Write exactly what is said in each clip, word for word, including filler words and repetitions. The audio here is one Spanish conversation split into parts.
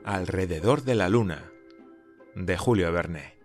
Alrededor de la Luna, de Julio Verne.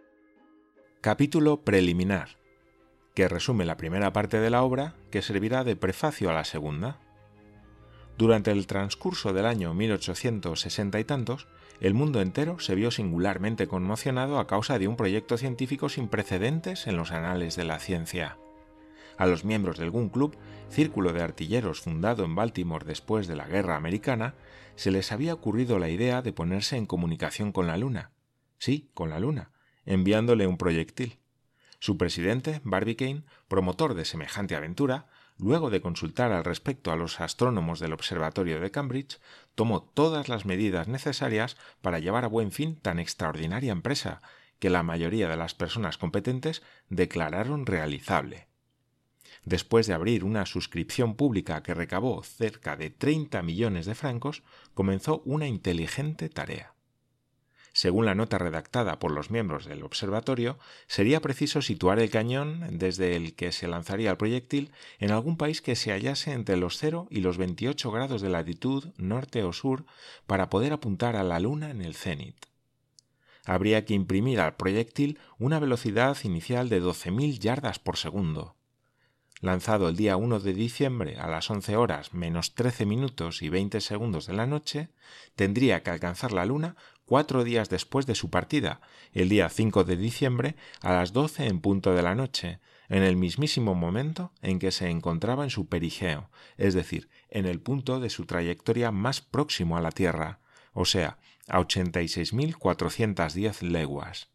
Capítulo preliminar, que resume la primera parte de la obra, que servirá de prefacio a la segunda. Durante el transcurso del año mil ochocientos sesenta y tantos, el mundo entero se vio singularmente conmocionado a causa de un proyecto científico sin precedentes en los anales de la ciencia. A los miembros del Gun Club, círculo de artilleros fundado en Baltimore después de la Guerra Americana, se les había ocurrido la idea de ponerse en comunicación con la Luna. Sí, con la Luna, enviándole un proyectil. Su presidente, Barbicane, promotor de semejante aventura, luego de consultar al respecto a los astrónomos del Observatorio de Cambridge, tomó todas las medidas necesarias para llevar a buen fin tan extraordinaria empresa, que la mayoría de las personas competentes declararon realizable. Después de abrir una suscripción pública que recabó cerca de treinta millones de francos, comenzó una inteligente tarea. Según la nota redactada por los miembros del observatorio, sería preciso situar el cañón desde el que se lanzaría el proyectil en algún país que se hallase entre los cero y los veintiocho grados de latitud norte o sur para poder apuntar a la Luna en el cénit. Habría que imprimir al proyectil una velocidad inicial de doce mil yardas por segundo. Lanzado el día uno de diciembre a las once horas menos trece minutos y veinte segundos de la noche, tendría que alcanzar la Luna cuatro días después de su partida, el día cinco de diciembre a las doce en punto de la noche, en el mismísimo momento en que se encontraba en su perigeo, es decir, en el punto de su trayectoria más próximo a la Tierra, o sea, a ochenta y seis mil cuatrocientas diez leguas.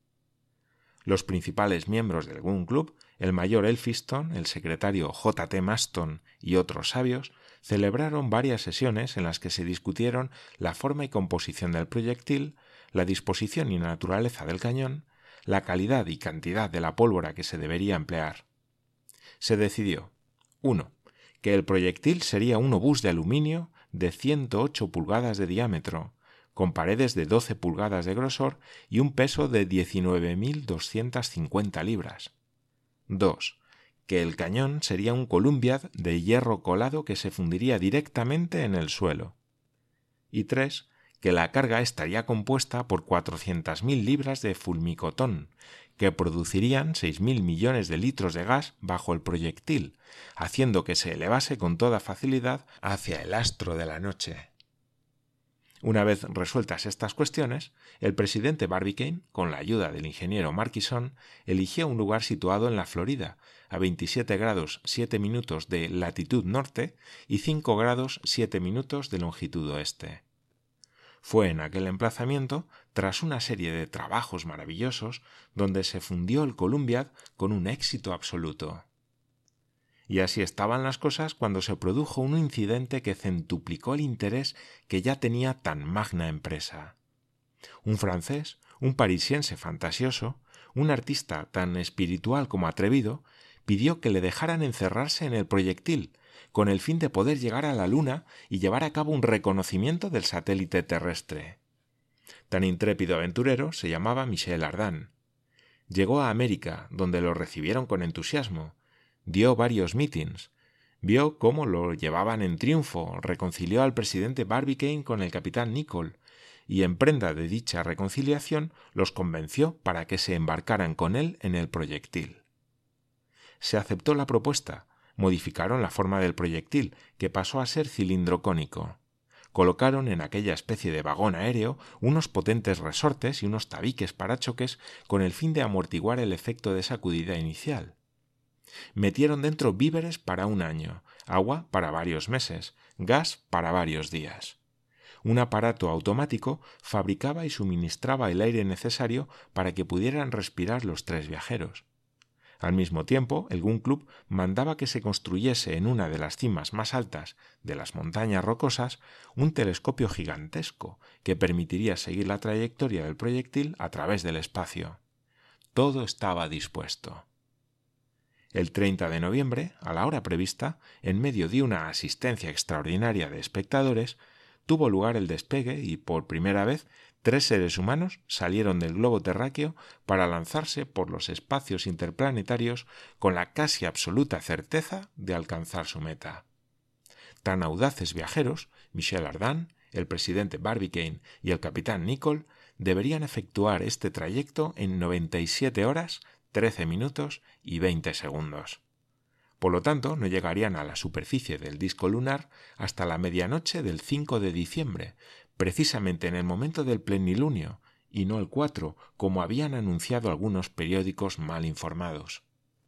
Los principales miembros del Gun Club, el mayor Elphiston, el secretario J T Maston y otros sabios, celebraron varias sesiones en las que se discutieron la forma y composición del proyectil, la disposición y naturaleza del cañón, la calidad y cantidad de la pólvora que se debería emplear. Se decidió uno. Que el proyectil sería un obús de aluminio de ciento ocho pulgadas de diámetro, con paredes de doce pulgadas de grosor y un peso de diecinueve mil doscientas cincuenta libras. dos. Que el cañón sería un Columbiad de hierro colado que se fundiría directamente en el suelo. Y tres. Que la carga estaría compuesta por cuatrocientas mil libras de fulmicotón, que producirían seis mil millones de litros de gas bajo el proyectil, haciendo que se elevase con toda facilidad hacia el astro de la noche. Una vez resueltas estas cuestiones, el presidente Barbicane, con la ayuda del ingeniero Marquisson, eligió un lugar situado en la Florida, a veintisiete grados siete minutos de latitud norte y cinco grados siete minutos de longitud oeste. Fue en aquel emplazamiento, tras una serie de trabajos maravillosos, donde se fundió el Columbiad con un éxito absoluto. Y así estaban las cosas cuando se produjo un incidente que centuplicó el interés que ya tenía tan magna empresa. Un francés, un parisiense fantasioso, un artista tan espiritual como atrevido, pidió que le dejaran encerrarse en el proyectil, con el fin de poder llegar a la Luna y llevar a cabo un reconocimiento del satélite terrestre. Tan intrépido aventurero se llamaba Michel Ardan. Llegó a América, donde lo recibieron con entusiasmo. Dio varios mítines, vio cómo lo llevaban en triunfo, reconcilió al presidente Barbicane con el capitán Nicholl, y en prenda de dicha reconciliación los convenció para que se embarcaran con él en el proyectil. Se aceptó la propuesta, modificaron la forma del proyectil, que pasó a ser cilindro cónico. Colocaron en aquella especie de vagón aéreo unos potentes resortes y unos tabiques parachoques con el fin de amortiguar el efecto de sacudida inicial. Metieron dentro víveres para un año, agua para varios meses, gas para varios días. Un aparato automático fabricaba y suministraba el aire necesario para que pudieran respirar los tres viajeros. Al mismo tiempo, el Gun Club mandaba que se construyese en una de las cimas más altas de las montañas rocosas un telescopio gigantesco que permitiría seguir la trayectoria del proyectil a través del espacio. Todo estaba dispuesto. El treinta de noviembre, a la hora prevista, en medio de una asistencia extraordinaria de espectadores, tuvo lugar el despegue y, por primera vez, tres seres humanos salieron del globo terráqueo para lanzarse por los espacios interplanetarios con la casi absoluta certeza de alcanzar su meta. Tan audaces viajeros, Michel Ardan, el presidente Barbicane y el capitán Nicholl deberían efectuar este trayecto en noventa y siete horas, trece minutos y veinte segundos. Por lo tanto, no llegarían a la superficie del disco lunar hasta la medianoche del cinco de diciembre, precisamente en el momento del plenilunio, y no el cuatro, como habían anunciado algunos periódicos mal informados.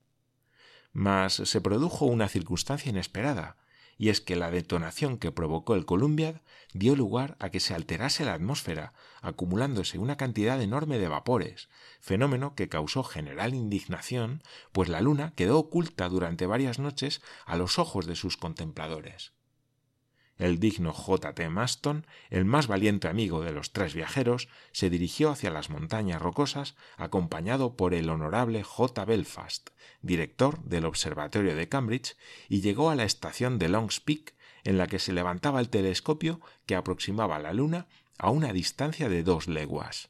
Mas se produjo una circunstancia inesperada, y es que la detonación que provocó el Columbiad dio lugar a que se alterase la atmósfera, acumulándose una cantidad enorme de vapores, fenómeno que causó general indignación, pues la Luna quedó oculta durante varias noches a los ojos de sus contempladores. El digno J T Maston, el más valiente amigo de los tres viajeros, se dirigió hacia las montañas rocosas acompañado por el honorable J Belfast, director del Observatorio de Cambridge, y llegó a la estación de Long's Peak, en la que se levantaba el telescopio que aproximaba la Luna a una distancia de dos leguas.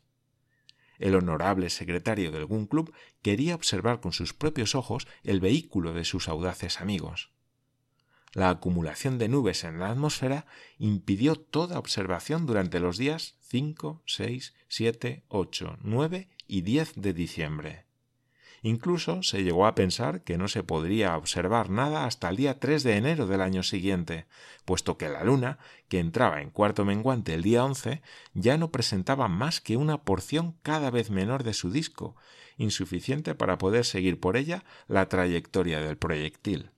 El honorable secretario del Gun Club quería observar con sus propios ojos el vehículo de sus audaces amigos. La acumulación de nubes en la atmósfera impidió toda observación durante los días cinco, seis, siete, ocho, nueve y diez de diciembre. Incluso se llegó a pensar que no se podría observar nada hasta el día tres de enero del año siguiente, puesto que la Luna, que entraba en cuarto menguante el día once, ya no presentaba más que una porción cada vez menor de su disco, insuficiente para poder seguir por ella la trayectoria del proyectil.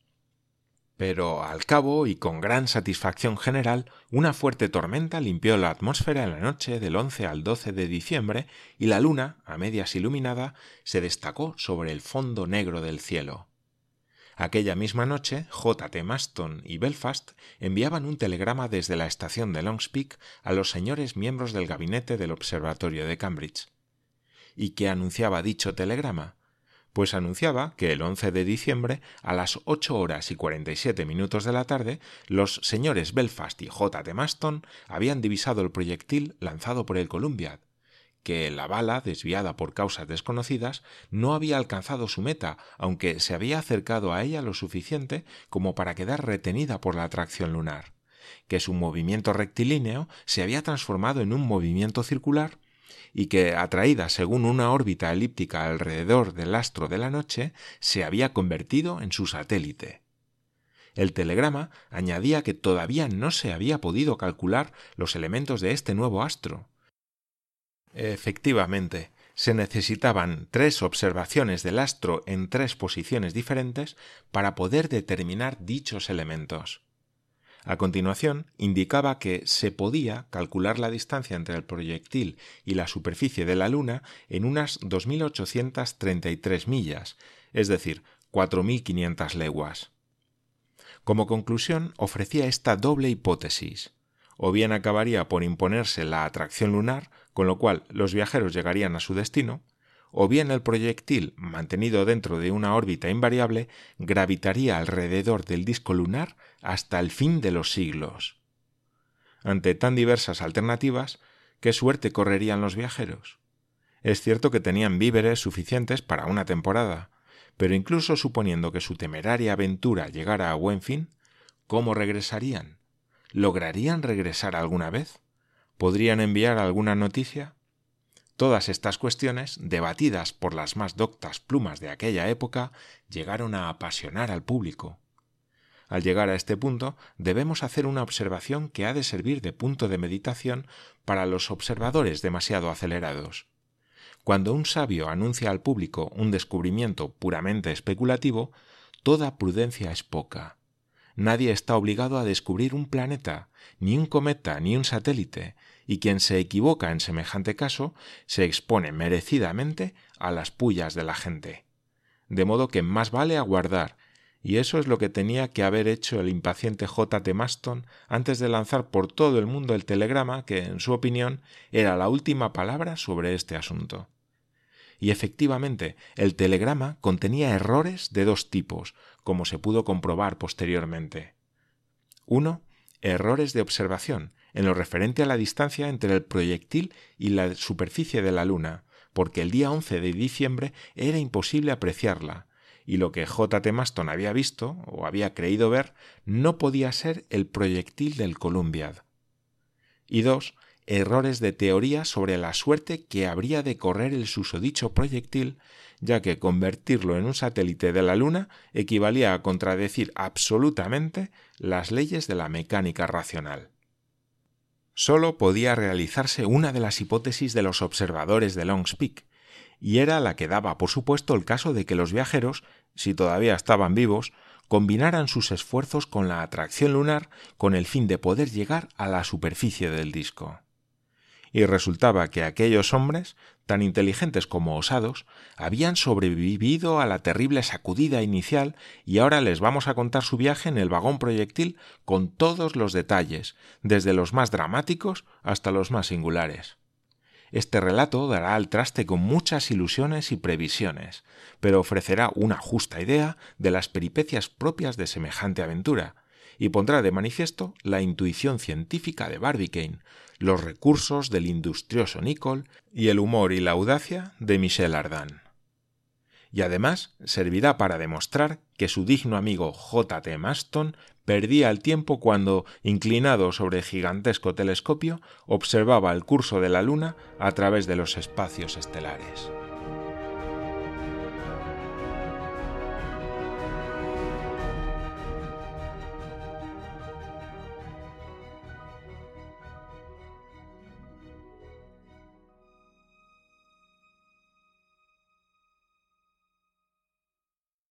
Pero al cabo y con gran satisfacción general, una fuerte tormenta limpió la atmósfera en la noche del once al doce de diciembre y la Luna, a medias iluminada, se destacó sobre el fondo negro del cielo. Aquella misma noche, J T Maston y Belfast enviaban un telegrama desde la estación de Long's Peak a los señores miembros del gabinete del Observatorio de Cambridge. ¿Y qué anunciaba dicho telegrama? Pues anunciaba que el once de diciembre, a las ocho horas y cuarenta y siete minutos de la tarde, los señores Belfast y J T Maston habían divisado el proyectil lanzado por el Columbiad, que la bala, desviada por causas desconocidas, no había alcanzado su meta, aunque se había acercado a ella lo suficiente como para quedar retenida por la atracción lunar, que su movimiento rectilíneo se había transformado en un movimiento circular, y que, atraída según una órbita elíptica alrededor del astro de la noche, se había convertido en su satélite. El telegrama añadía que todavía no se había podido calcular los elementos de este nuevo astro. Efectivamente, se necesitaban tres observaciones del astro en tres posiciones diferentes para poder determinar dichos elementos. A continuación, indicaba que se podía calcular la distancia entre el proyectil y la superficie de la Luna en unas dos mil ochocientas treinta y tres millas, es decir, cuatro mil quinientas leguas. Como conclusión, ofrecía esta doble hipótesis. O bien acabaría por imponerse la atracción lunar, con lo cual los viajeros llegarían a su destino, o bien el proyectil, mantenido dentro de una órbita invariable, gravitaría alrededor del disco lunar hasta el fin de los siglos. Ante tan diversas alternativas, ¿qué suerte correrían los viajeros? Es cierto que tenían víveres suficientes para una temporada, pero incluso suponiendo que su temeraria aventura llegara a buen fin, ¿cómo regresarían? ¿Lograrían regresar alguna vez? ¿Podrían enviar alguna noticia? Todas estas cuestiones, debatidas por las más doctas plumas de aquella época, llegaron a apasionar al público. Al llegar a este punto, debemos hacer una observación que ha de servir de punto de meditación para los observadores demasiado acelerados. Cuando un sabio anuncia al público un descubrimiento puramente especulativo, toda prudencia es poca. Nadie está obligado a descubrir un planeta, ni un cometa, ni un satélite, y quien se equivoca en semejante caso se expone merecidamente a las pullas de la gente. De modo que más vale aguardar, y eso es lo que tenía que haber hecho el impaciente J T Maston antes de lanzar por todo el mundo el telegrama que, en su opinión, era la última palabra sobre este asunto. Y efectivamente, el telegrama contenía errores de dos tipos, como se pudo comprobar posteriormente. Uno, errores de observación, en lo referente a la distancia entre el proyectil y la superficie de la Luna, porque el día once de diciembre era imposible apreciarla, y lo que J T Maston había visto, o había creído ver, no podía ser el proyectil del Columbiad. y dos, errores de teoría sobre la suerte que habría de correr el susodicho proyectil, ya que convertirlo en un satélite de la Luna equivalía a contradecir absolutamente las leyes de la mecánica racional. Solo podía realizarse una de las hipótesis de los observadores de Long's Peak, y era la que daba por supuesto el caso de que los viajeros, si todavía estaban vivos, combinaran sus esfuerzos con la atracción lunar con el fin de poder llegar a la superficie del disco. Y resultaba que aquellos hombres, tan inteligentes como osados, habían sobrevivido a la terrible sacudida inicial y ahora les vamos a contar su viaje en el vagón proyectil con todos los detalles, desde los más dramáticos hasta los más singulares. Este relato dará al traste con muchas ilusiones y previsiones, pero ofrecerá una justa idea de las peripecias propias de semejante aventura, y pondrá de manifiesto la intuición científica de Barbicane, los recursos del industrioso Nicholl y el humor y la audacia de Michel Ardan. Y además servirá para demostrar que su digno amigo J T Maston perdía el tiempo cuando, inclinado sobre el gigantesco telescopio, observaba el curso de la Luna a través de los espacios estelares.